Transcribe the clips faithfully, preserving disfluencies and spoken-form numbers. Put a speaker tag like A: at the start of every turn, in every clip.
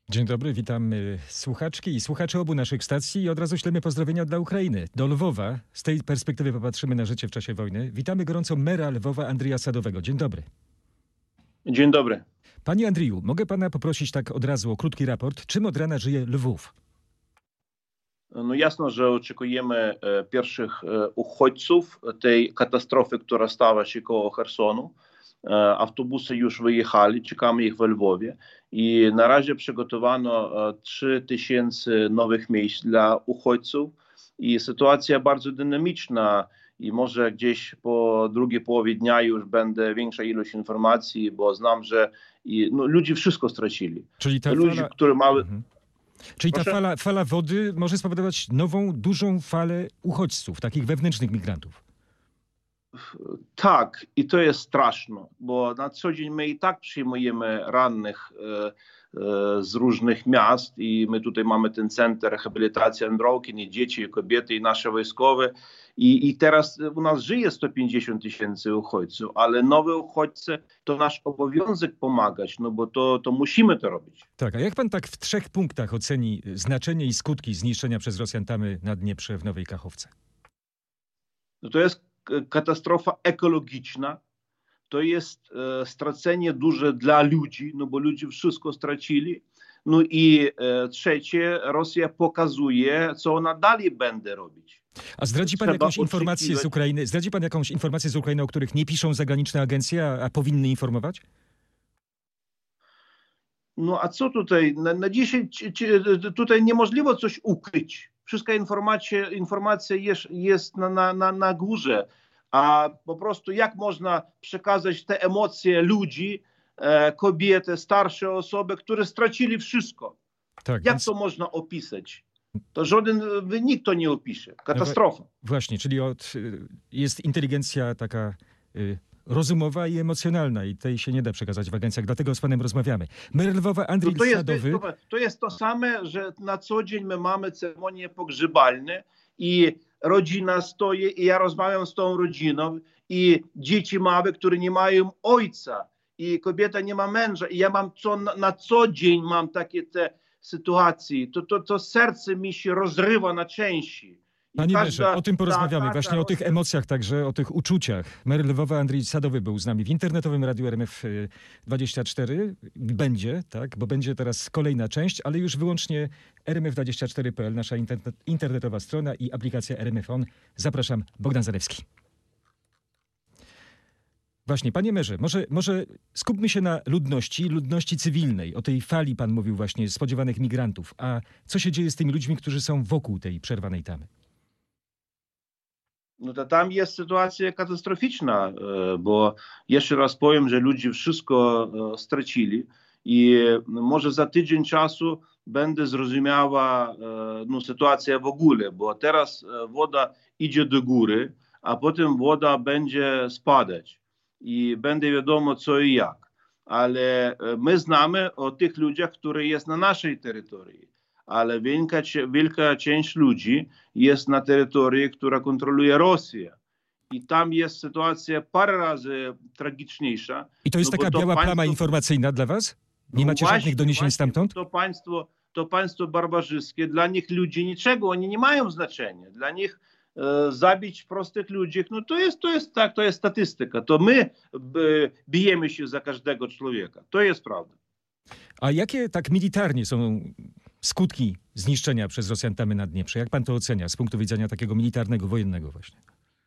A: Dzień dobry, witam y, słuchaczki i słuchaczy obu naszych stacji i od razu ślemy pozdrowienia dla Ukrainy. Do Lwowa, z tej perspektywy popatrzymy na życie w czasie wojny. Witamy gorąco mera Lwowa Andrija Sadowego. Dzień dobry.
B: Dzień dobry.
A: Panie Andriju, mogę pana poprosić tak od razu o krótki raport. Czym od rana żyje Lwów?
B: No jasno, że oczekujemy e, pierwszych e, uchodźców tej katastrofy, która stała się koło Chersonu. E, autobusy już wyjechali, czekamy ich we Lwowie i na razie przygotowano e, trzy tysiące nowych miejsc dla uchodźców i sytuacja bardzo dynamiczna i może gdzieś po drugiej połowie dnia już będzie większa ilość informacji, bo znam, że i, no, ludzie wszystko stracili.
A: Czyli ta
B: Ludzie,
A: fala...
B: którzy mały...
A: Mhm. Czyli ta fala, fala wody może spowodować nową, dużą falę uchodźców, takich wewnętrznych migrantów.
B: Tak, i to jest straszne, bo na co dzień my i tak przyjmujemy rannych e, e, z różnych miast i my tutaj mamy ten centrum rehabilitacji Androłkin, i dzieci, i kobiety, i nasze wojskowe. I, I teraz u nas żyje sto pięćdziesiąt tysięcy uchodźców, ale nowe uchodźcy to nasz obowiązek pomagać, no bo to, to musimy to robić.
A: Tak, a jak pan tak w trzech punktach oceni znaczenie i skutki zniszczenia przez Rosjan tamy na Dnieprze w Nowej Kachowce?
B: No to jest katastrofa ekologiczna, to jest e, stracenie duże dla ludzi, no bo ludzie wszystko stracili. No i e, trzecie, Rosja pokazuje, co ona dalej będzie robić.
A: A zdradzi pan
B: Trzeba
A: jakąś informację
B: oczekiwać.
A: z Ukrainy? Zdradzi pan jakąś informację z Ukrainy, o których nie piszą zagraniczne agencje, a, a powinny informować?
B: No a co tutaj? Na, na dzisiaj ci, ci, tutaj niemożliwe coś ukryć. Wszystka informacja, informacja jest, jest na, na, na, na górze. A po prostu jak można przekazać te emocje ludzi, e, kobiety, starsze osoby, które stracili wszystko?
A: Tak,
B: Jak
A: więc...
B: to można opisać? To żaden wynik to nie opisze. Katastrofa.
A: No właśnie, czyli od, jest inteligencja taka y, rozumowa i emocjonalna i tej się nie da przekazać w agencjach, dlatego z panem rozmawiamy. Mer Lwowa Andrzej
B: No to, jest,
A: Sadowy...
B: to, to jest to same, że na co dzień my mamy ceremonie pogrzebalne i rodzina stoi i ja rozmawiam z tą rodziną i dzieci małe, które nie mają ojca i kobieta nie ma męża i ja mam co, na, na co dzień mam takie te sytuacje, to, to, to serce mi się rozrywa na części. I
A: Panie
B: każda,
A: merze, o tym porozmawiamy,
B: ta, ta,
A: właśnie
B: ta,
A: o tych emocjach także, o tych uczuciach. Mer Lwowa Andrzej Sadowy był z nami w internetowym Radiu R M F dwadzieścia cztery. Będzie, tak, bo będzie teraz kolejna część, ale już wyłącznie R M F dwadzieścia cztery kropka p l, nasza internet, internetowa strona i aplikacja R M F On. Zapraszam, Bogdan Zalewski. Właśnie, panie merze, może, może skupmy się na ludności, ludności cywilnej. O tej fali pan mówił właśnie, spodziewanych migrantów. A co się dzieje z tymi ludźmi, którzy są wokół tej przerwanej tamy?
B: No to tam jest sytuacja katastroficzna, bo jeszcze raz powiem, że ludzie wszystko stracili i może za tydzień czasu będzie zrozumiała no, sytuacja w ogóle, bo teraz woda idzie do góry, a potem woda będzie spadać i będzie wiadomo co i jak. Ale my znamy o tych ludziach, którzy jest na naszej terytorii. Ale wielka, wielka część ludzi jest na terytorii, która kontroluje Rosja. I tam jest sytuacja parę razy tragiczniejsza.
A: I to jest
B: no
A: taka
B: to
A: biała
B: państwo,
A: plama informacyjna dla was? Nie
B: no
A: macie
B: właśnie,
A: żadnych doniesień
B: właśnie,
A: stamtąd?
B: To państwo, to państwo barbarzyńskie, dla nich ludzie niczego, oni nie mają znaczenia. Dla nich e, zabić prostych ludzi, no to jest, to jest tak, to jest statystyka. To my e, bijemy się za każdego człowieka. To jest prawda.
A: A jakie tak militarnie są skutki zniszczenia przez Rosjan tamy na Dnieprze? Jak pan to ocenia z punktu widzenia takiego militarnego, wojennego właśnie?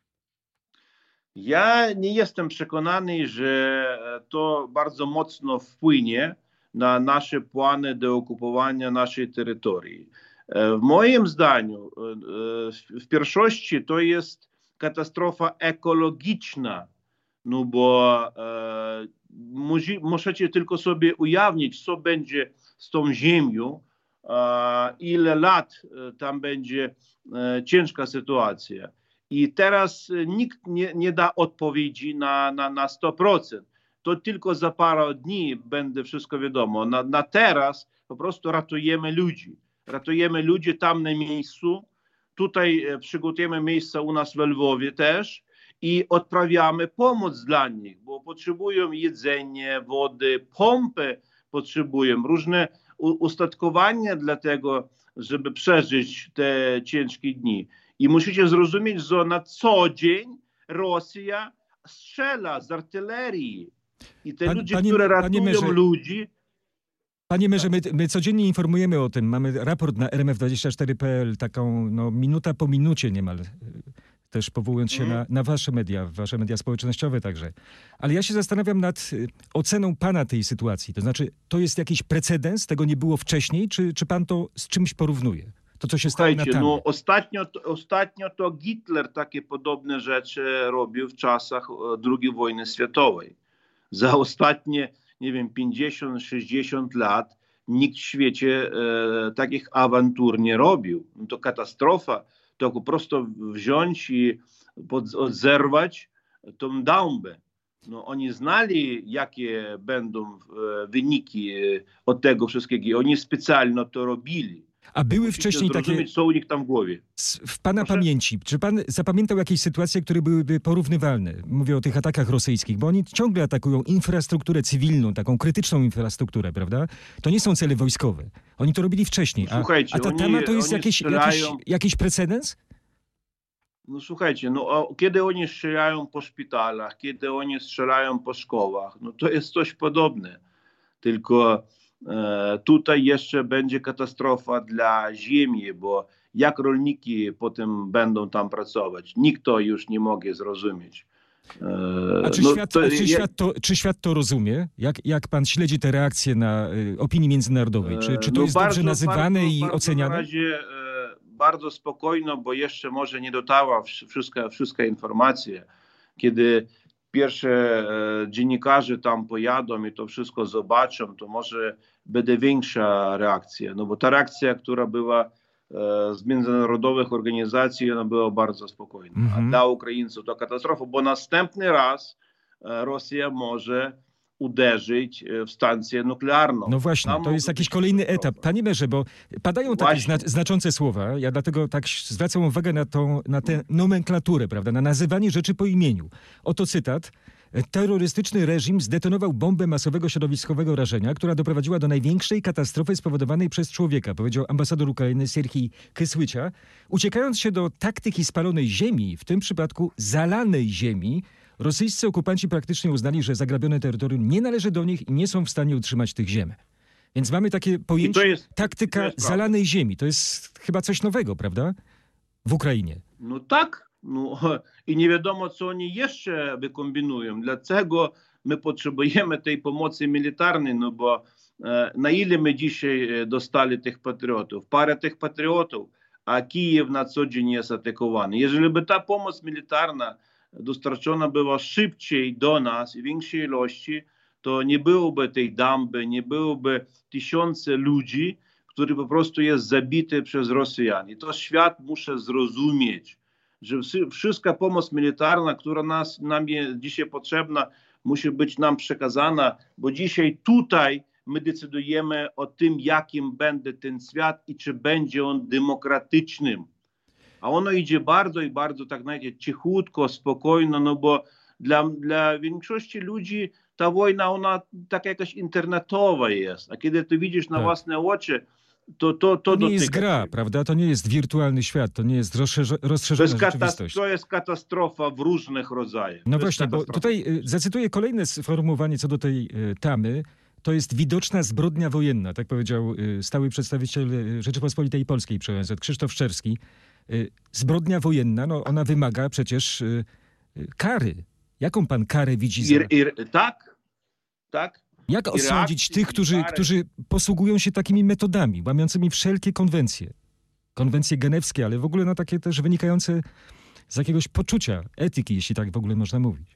B: Ja nie jestem przekonany, że to bardzo mocno wpłynie na nasze plany do okupowania naszej terytorii. W moim zdaniu w pierwszości to jest katastrofa ekologiczna, no bo e, możecie tylko sobie ujawnić, co będzie z tą ziemią, e, ile lat tam będzie e, ciężka sytuacja. I teraz nikt nie, nie da odpowiedzi na, na, na sto procent. To tylko za parę dni będzie wszystko wiadomo. Na, na teraz po prostu ratujemy ludzi. Ratujemy ludzi tam na miejscu. Tutaj przygotujemy miejsca u nas w Lwowie też i odprawiamy pomoc dla nich, bo potrzebują jedzenie, wody, pompy potrzebują, różne ustatkowanie dla tego, żeby przeżyć te ciężkie dni. I musicie zrozumieć, że na co dzień Rosja strzela z artylerii. I te
A: Pan,
B: ludzie,
A: panie,
B: które
A: panie
B: ratują
A: merze,
B: ludzi...
A: Panie merze, my, my codziennie informujemy o tym. Mamy raport na R M F dwadzieścia cztery kropka P L, taką no, minuta po minucie niemal, też powołując się mm. na, na wasze media, wasze media społecznościowe także. Ale ja się zastanawiam nad oceną pana tej sytuacji. To znaczy, to jest jakiś precedens, tego nie było wcześniej, czy, czy pan to z czymś porównuje? To, co się stało na Tamie.
B: No, ostatnio, ostatnio to Hitler takie podobne rzeczy robił w czasach drugiej wojny światowej. Za ostatnie, nie wiem, pięćdziesiąt sześćdziesiąt lat nikt w świecie e, takich awantur nie robił. No to katastrofa, to po prostu wziąć i pod, odzerwać tą dałbę. No, oni znali, jakie będą e, wyniki od tego wszystkiego. Oni specjalnie to robili.
A: A były Musicie wcześniej takie...
B: co u nich tam w głowie.
A: W pana Proszę? pamięci, czy pan zapamiętał jakieś sytuacje, które byłyby porównywalne? Mówię o tych atakach rosyjskich, bo oni ciągle atakują infrastrukturę cywilną, taką krytyczną infrastrukturę, prawda? To nie są cele wojskowe. Oni to robili wcześniej. A,
B: słuchajcie,
A: a ta
B: oni,
A: Tama to jest jakiś,
B: strzelają...
A: jakiś, jakiś precedens?
B: No słuchajcie, no, kiedy oni strzelają po szpitalach, kiedy oni strzelają po szkołach, no to jest coś podobne. Tylko e, tutaj jeszcze będzie katastrofa dla ziemi, bo jak rolniki potem będą tam pracować, nikt to już nie może zrozumieć.
A: E, a czy, no, świat, to, a czy, świat to, czy świat to rozumie? Jak, jak pan śledzi te reakcje na y, opinii międzynarodowej? Czy, czy to no jest bardzo, dobrze nazywane
B: bardzo,
A: i
B: bardzo
A: oceniane?
B: Na razie e, bardzo spokojno, bo jeszcze może nie dotarła wszystka, wszystka informacja. Kiedy pierwsze e, dziennikarze tam pojadą i to wszystko zobaczą, to może będzie większa reakcja. No bo ta reakcja, która była e, z międzynarodowych organizacji, ona była bardzo spokojna. Mm-hmm. A dla Ukraińców to katastrofa, bo następny raz e, Rosja może uderzyć w stację nuklearną.
A: No właśnie, Tam to jest jakiś kolejny etap. Panie merze, bo padają takie zna znaczące słowa, ja dlatego tak zwracam uwagę na, tą, na tę nomenklaturę, prawda, na nazywanie rzeczy po imieniu. Oto cytat. Terrorystyczny reżim zdetonował bombę masowego środowiskowego rażenia, która doprowadziła do największej katastrofy spowodowanej przez człowieka, powiedział ambasador Ukrainy Sierhij Kysłycia, uciekając się do taktyki spalonej ziemi, w tym przypadku zalanej ziemi. Rosyjscy okupanci praktycznie uznali, że zagrabione terytorium nie należy do nich i nie są w stanie utrzymać tych ziem. Więc mamy takie pojęcie jest, taktyka zalanej ziemi. To jest chyba coś nowego, prawda? W Ukrainie.
B: No tak. No, i nie wiadomo, co oni jeszcze wykombinują. Dlatego my potrzebujemy tej pomocy militarnej, no bo e, na ile my dzisiaj dostali tych patriotów? Parę tych patriotów, a Kijów na co dzień jest atakowany. Jeżeli by ta pomoc militarna dostarczona była szybciej do nas i w większej ilości, to nie byłoby tej damby, nie byłoby tysiące ludzi, którzy po prostu jest zabity przez Rosjan. I to świat musi zrozumieć, że wszystka pomoc militarna, która nas, nam jest dzisiaj potrzebna, musi być nam przekazana, bo dzisiaj tutaj my decydujemy o tym, jakim będzie ten świat i czy będzie on demokratycznym. A ono idzie bardzo i bardzo, tak знаете, cichutko, spokojno, no bo dla, dla większości ludzi ta wojna, ona taka jakaś internetowa jest. A kiedy ty widzisz na tak. własne oczy, to to To,
A: to nie jest gra, prawda? To nie jest wirtualny świat, to nie jest rozszerzo rozszerzona
B: to jest
A: rzeczywistość.
B: To jest katastrofa w różnych rodzajach.
A: No właśnie, bo tutaj y, zacytuję kolejne sformułowanie co do tej y, Tamy. To jest widoczna zbrodnia wojenna, tak powiedział y, stały przedstawiciel Rzeczypospolitej Polskiej przy O N Z, Krzysztof Szczerski. Y, zbrodnia wojenna, no ona wymaga przecież y, y, kary. Jaką pan karę widzi za...
B: I, i, tak, tak.
A: Jak osądzić tych, którzy, którzy posługują się takimi metodami, łamiącymi wszelkie konwencje? Konwencje genewskie, ale w ogóle no, takie też wynikające z jakiegoś poczucia, etyki, jeśli tak w ogóle można mówić.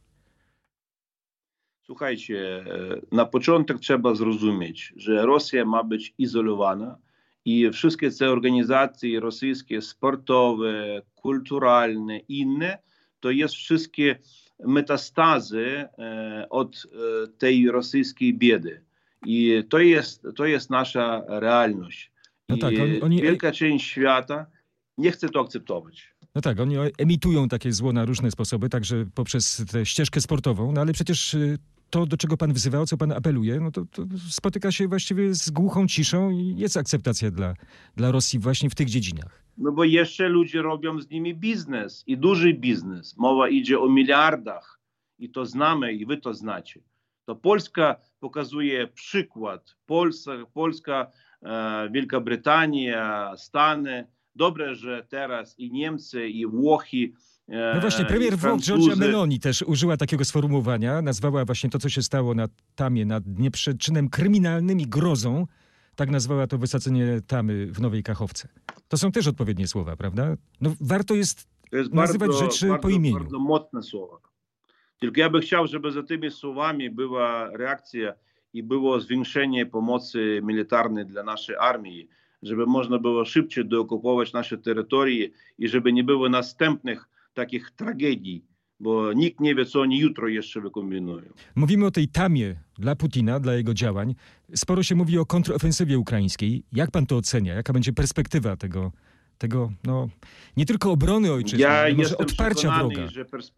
B: Słuchajcie, na początek trzeba zrozumieć, że Rosja ma być izolowana i wszystkie te organizacje rosyjskie, sportowe, kulturalne, inne, to jest wszystkie metastazy e, od e, tej rosyjskiej biedy. I to jest, to jest nasza realność.
A: No
B: I
A: tak, oni, oni...
B: wielka część świata nie chce to akceptować.
A: No tak, oni emitują takie zło na różne sposoby, także poprzez tę ścieżkę sportową, no ale przecież to, do czego pan wzywa, o co pan apeluje, no to, to spotyka się właściwie z głuchą ciszą i jest akceptacja dla, dla Rosji właśnie w tych dziedzinach.
B: No bo jeszcze ludzie robią z nimi biznes i duży biznes. Mowa idzie o miliardach i to znamy i wy to znacie. To Polska pokazuje przykład. Polska, Polska e, Wielka Brytania, Stany. Dobre, że teraz i Niemcy, i Włochy.
A: No właśnie, premier Włoch Giorgia Meloni też użyła takiego sformułowania, nazwała właśnie to, co się stało na Tamie, nad Dnieprze, kryminalnym i grozą. Tak nazwała to wysadzenie tamy w Nowej Kachowce. To są też odpowiednie słowa, prawda? No warto jest,
B: to jest
A: nazywać
B: bardzo,
A: rzeczy
B: bardzo,
A: po imieniu.
B: Bardzo mocne słowa. Tylko ja bym chciał, żeby za tymi słowami była reakcja i było zwiększenie pomocy militarnej dla naszej armii, żeby można było szybciej dookupować nasze terytorie i żeby nie było następnych takich tragedii, bo nikt nie wie, co oni jutro jeszcze wykombinują.
A: Mówimy o tej tamie dla Putina, dla jego działań. Sporo się mówi o kontrofensywie ukraińskiej. Jak pan to ocenia? Jaka będzie perspektywa tego, tego no, nie tylko obrony ojczyzny,
B: ja
A: ale może odparcia wroga?
B: Że, perspe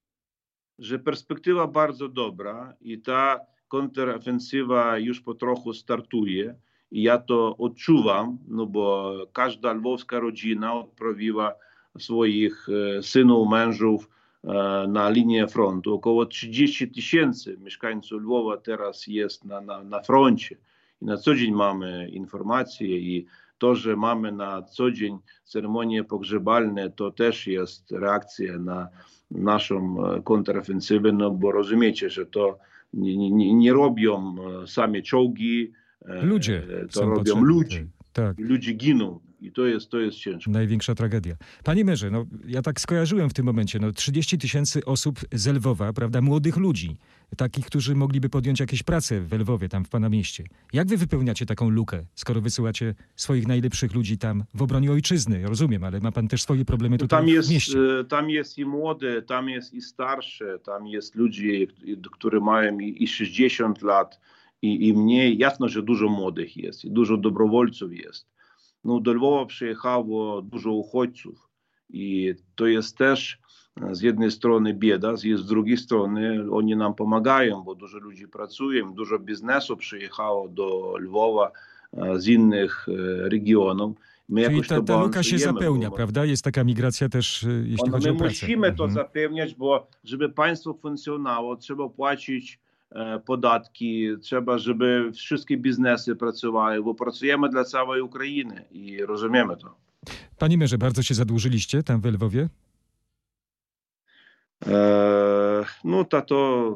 B: że perspektywa bardzo dobra i ta kontrofensywa już po trochu startuje. I ja to odczuwam, no bo każda lwowska rodzina odprawiła swoich synów, mężów na linię frontu. Około trzydzieści tysięcy mieszkańców Lwowa teraz jest na, na, na froncie. I na co dzień mamy informacje i to, że mamy na co dzień ceremonie pogrzebalne, to też jest reakcja na naszą kontrofensywę, no bo rozumiecie, że to nie, nie, nie robią same czołgi,
A: ludzie
B: to robią
A: potrzebni.
B: ludzi.
A: Tak.
B: I ludzie giną. I to jest, to jest ciężko.
A: Największa tragedia. Panie merze, no ja tak skojarzyłem w tym momencie, no trzydzieści tysięcy osób z Lwowa, prawda, młodych ludzi, takich, którzy mogliby podjąć jakieś pracę w Lwowie, tam w pana mieście. Jak wy wypełniacie taką lukę, skoro wysyłacie swoich najlepszych ludzi tam w obronie ojczyzny? Rozumiem, ale ma pan też swoje problemy tutaj
B: tam jest,
A: w mieście.
B: Tam jest i młode, tam jest i starsze, tam jest ludzie, którzy mają i sześćdziesiąt lat, i, i mniej. Jasno, że dużo młodych jest i dużo dobrowolców jest. No, do Lwowa przyjechało dużo uchodźców i to jest też z jednej strony bieda, z drugiej strony oni nam pomagają, bo dużo ludzi pracuje, dużo biznesu przyjechało do Lwowa z innych regionów. My
A: Czyli ta, ta luka się zapełnia,
B: bo...
A: prawda? Jest taka migracja też, jeśli
B: Ono,
A: chodzi o pracę.
B: My musimy to
A: mhm.
B: zapewniać, bo żeby państwo funkcjonowało, trzeba płacić podatki, trzeba, żeby wszystkie biznesy pracowały, bo pracujemy dla całej Ukrainy i rozumiemy to.
A: Panie merze, bardzo się zadłużyliście tam w Lwowie?
B: Eee, no to, to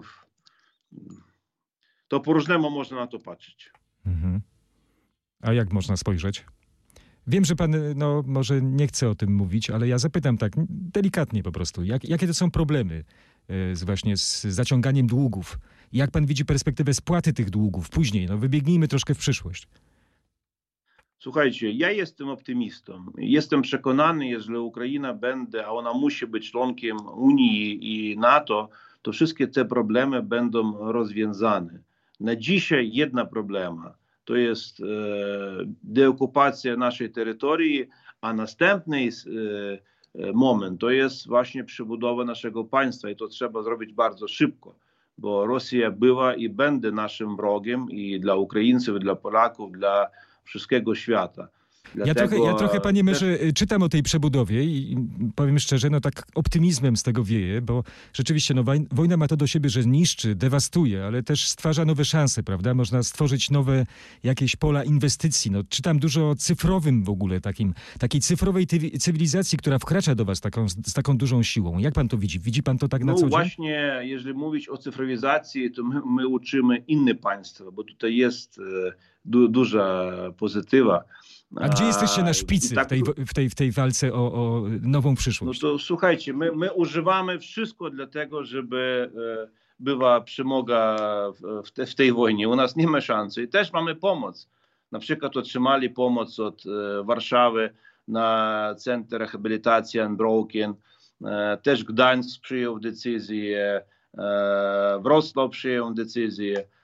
B: to po różnemu można na to patrzeć.
A: Mhm. A jak można spojrzeć? Wiem, że pan no, może nie chce o tym mówić, ale ja zapytam tak delikatnie po prostu. Jak, jakie to są problemy z, właśnie z zaciąganiem długów? Jak pan widzi perspektywę spłaty tych długów później? No, wybiegnijmy troszkę w przyszłość.
B: Słuchajcie, ja jestem optymistą. Jestem przekonany, jeżeli Ukraina będzie, a ona musi być członkiem Unii i NATO, to wszystkie te problemy będą rozwiązane. Na dzisiaj jedna problema to jest e, deokupacja naszej terytorii, a następny e, moment to jest właśnie przebudowa naszego państwa i to trzeba zrobić bardzo szybko, bo Rosja była i będzie naszym wrogiem i dla Ukraińców, i dla Polaków, dla wszystkiego świata.
A: Ja trochę, ja trochę, panie merze, czytam o tej przebudowie i powiem szczerze, no tak optymizmem z tego wieje, bo rzeczywiście no, wojna ma to do siebie, że niszczy, dewastuje, ale też stwarza nowe szanse, prawda? Można stworzyć nowe jakieś pola inwestycji. No, czytam dużo o cyfrowym w ogóle, takim, takiej cyfrowej cywilizacji, która wkracza do was taką, z taką dużą siłą. Jak pan to widzi? Widzi pan to tak na
B: no,
A: co dzień?
B: No właśnie, jeżeli mówić o cyfrowizacji, to my, my uczymy inne państwa, bo tutaj jest e, du, duża pozytywa.
A: A gdzie jesteście na szpicy tak, w, tej, w, tej, w tej walce o, o nową przyszłość?
B: No to słuchajcie, my, my używamy wszystko dlatego, żeby e, była przemoga w, w, te, w tej wojnie. U nas nie ma szansy i też mamy pomoc. Na przykład otrzymali pomoc od e, Warszawy na Centrum Rehabilitacji Unbroken. E, też Gdańsk przyjął decyzję, e, Wrocław przyjął decyzję.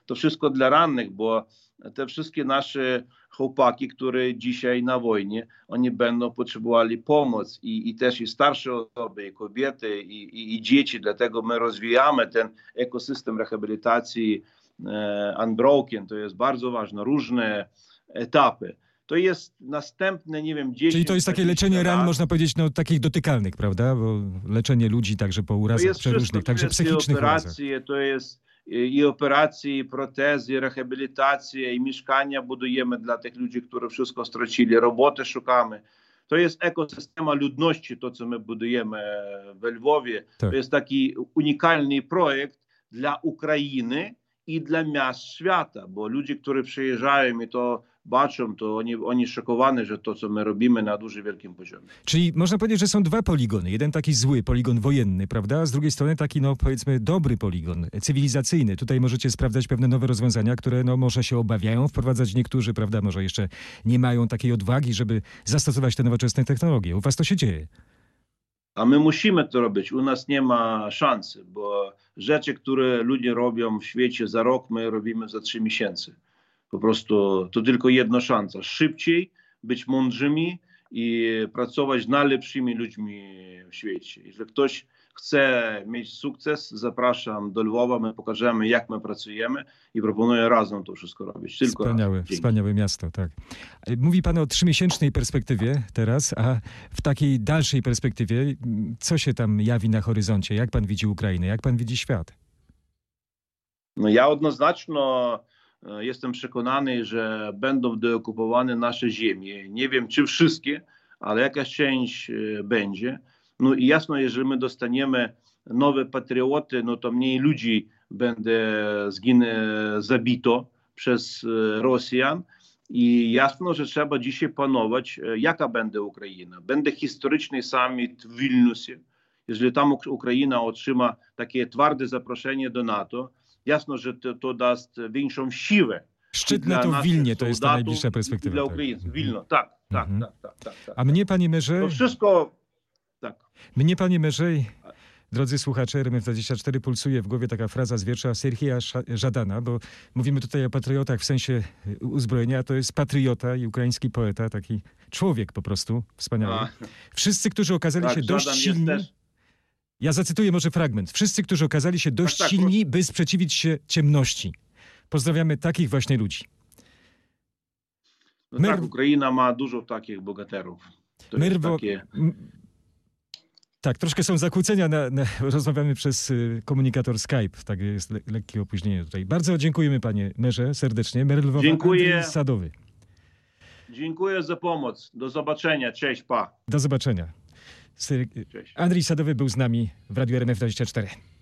B: to wszystko dla rannych, bo te wszystkie nasze chłopaki, które dzisiaj na wojnie, oni będą potrzebowali pomoc i, i też i starsze osoby, i kobiety, i, i, i dzieci. Dlatego my rozwijamy ten ekosystem rehabilitacji e, Unbroken. To jest bardzo ważne, różne etapy. To jest następne, nie wiem, dziesięć
A: Czyli to jest takie leczenie ran, można powiedzieć, no takich dotykalnych, prawda? Bo leczenie ludzi także po urazach przeróżnych, także psychicznych
B: operacje,
A: urazach.
B: To jest i operacje, i protezy, i rehabilitacja, i mieszkania budujemy dla tych ludzi, którzy wszystko stracili, roboty szukamy. To jest ekosystema ludności, to co my budujemy we Lwowie.
A: Tak.
B: To jest taki unikalny projekt dla Ukrainy i dla miast świata, bo ludzie, którzy przyjeżdżają i to baczą, to oni, oni szokowani, że to, co my robimy na dużo wielkim poziomie.
A: Czyli można powiedzieć, że są dwa poligony. Jeden taki zły, poligon wojenny, prawda? A z drugiej strony taki, no powiedzmy, dobry poligon, cywilizacyjny. Tutaj możecie sprawdzać pewne nowe rozwiązania, które no może się obawiają wprowadzać niektórzy, prawda? Może jeszcze nie mają takiej odwagi, żeby zastosować te nowoczesne technologie. U was to się dzieje.
B: A my musimy to robić. U nas nie ma szansy, bo rzeczy, które ludzie robią w świecie za rok, my robimy za trzy miesiące. Po prostu to tylko jedna szansa. Szybciej, być mądrzymi i pracować z najlepszymi ludźmi w świecie. Jeżeli ktoś chce mieć sukces, zapraszam do Lwowa, my pokażemy, jak my pracujemy i proponuję razem to wszystko robić. Tylko
A: Wspaniałe, wspaniałe miasto, tak. Mówi pan o trzymiesięcznej perspektywie teraz, a w takiej dalszej perspektywie, co się tam jawi na horyzoncie? Jak pan widzi Ukrainę? Jak pan widzi świat?
B: No ja jednoznacznie jestem przekonany, że będą deokupowane nasze ziemie. Nie wiem, czy wszystkie, ale jakaś część będzie. No i jasno, jeżeli my dostaniemy nowe patrioty, no to mniej ludzi będzie zginie zabito przez Rosjan. I jasno, że trzeba dzisiaj planować, jaka będzie Ukraina. Będzie historyczny summit w Wilnusie. Jeżeli tam Ukraina otrzyma takie twarde zaproszenie do NATO, jasno, że to, to daсть większą siłę.
A: Szczyt NATO w Wilnie to jest ta najbliższa perspektywa.
B: Dla Ukraińców. Tak. Wilno, tak, tak, mhm. tak, tak, tak, tak.
A: A mnie, panie merze...
B: To wszystko... Tak.
A: Mnie, panie merze, drodzy słuchacze, R M F dwadzieścia cztery, pulsuje w głowie taka fraza z wiersza Serhija Żadana, bo mówimy tutaj o patriotach w sensie uzbrojenia, a to jest patriota i ukraiński poeta, taki człowiek po prostu, wspaniały. A. Wszyscy, którzy okazali tak, się dość silni... Też... Ja zacytuję może fragment. Wszyscy, którzy okazali się dość tak, tak, silni, proszę. by sprzeciwić się ciemności. Pozdrawiamy takich właśnie ludzi.
B: No Mer... Tak, Ukraina ma dużo takich bohaterów. To
A: Merwo...
B: takie...
A: Tak, troszkę są zakłócenia. Na, na, rozmawiamy przez y, komunikator Skype. Tak jest le, lekkie opóźnienie tutaj. Bardzo dziękujemy, panie merze, serdecznie. Mer Lwowa,
B: dziękuję.
A: Andrzej Sadowy.
B: Dziękuję za pomoc. Do zobaczenia. Cześć, pa.
A: Do zobaczenia. Cześć. Andrzej Sadowy był z nami w Radiu R M F dwadzieścia cztery.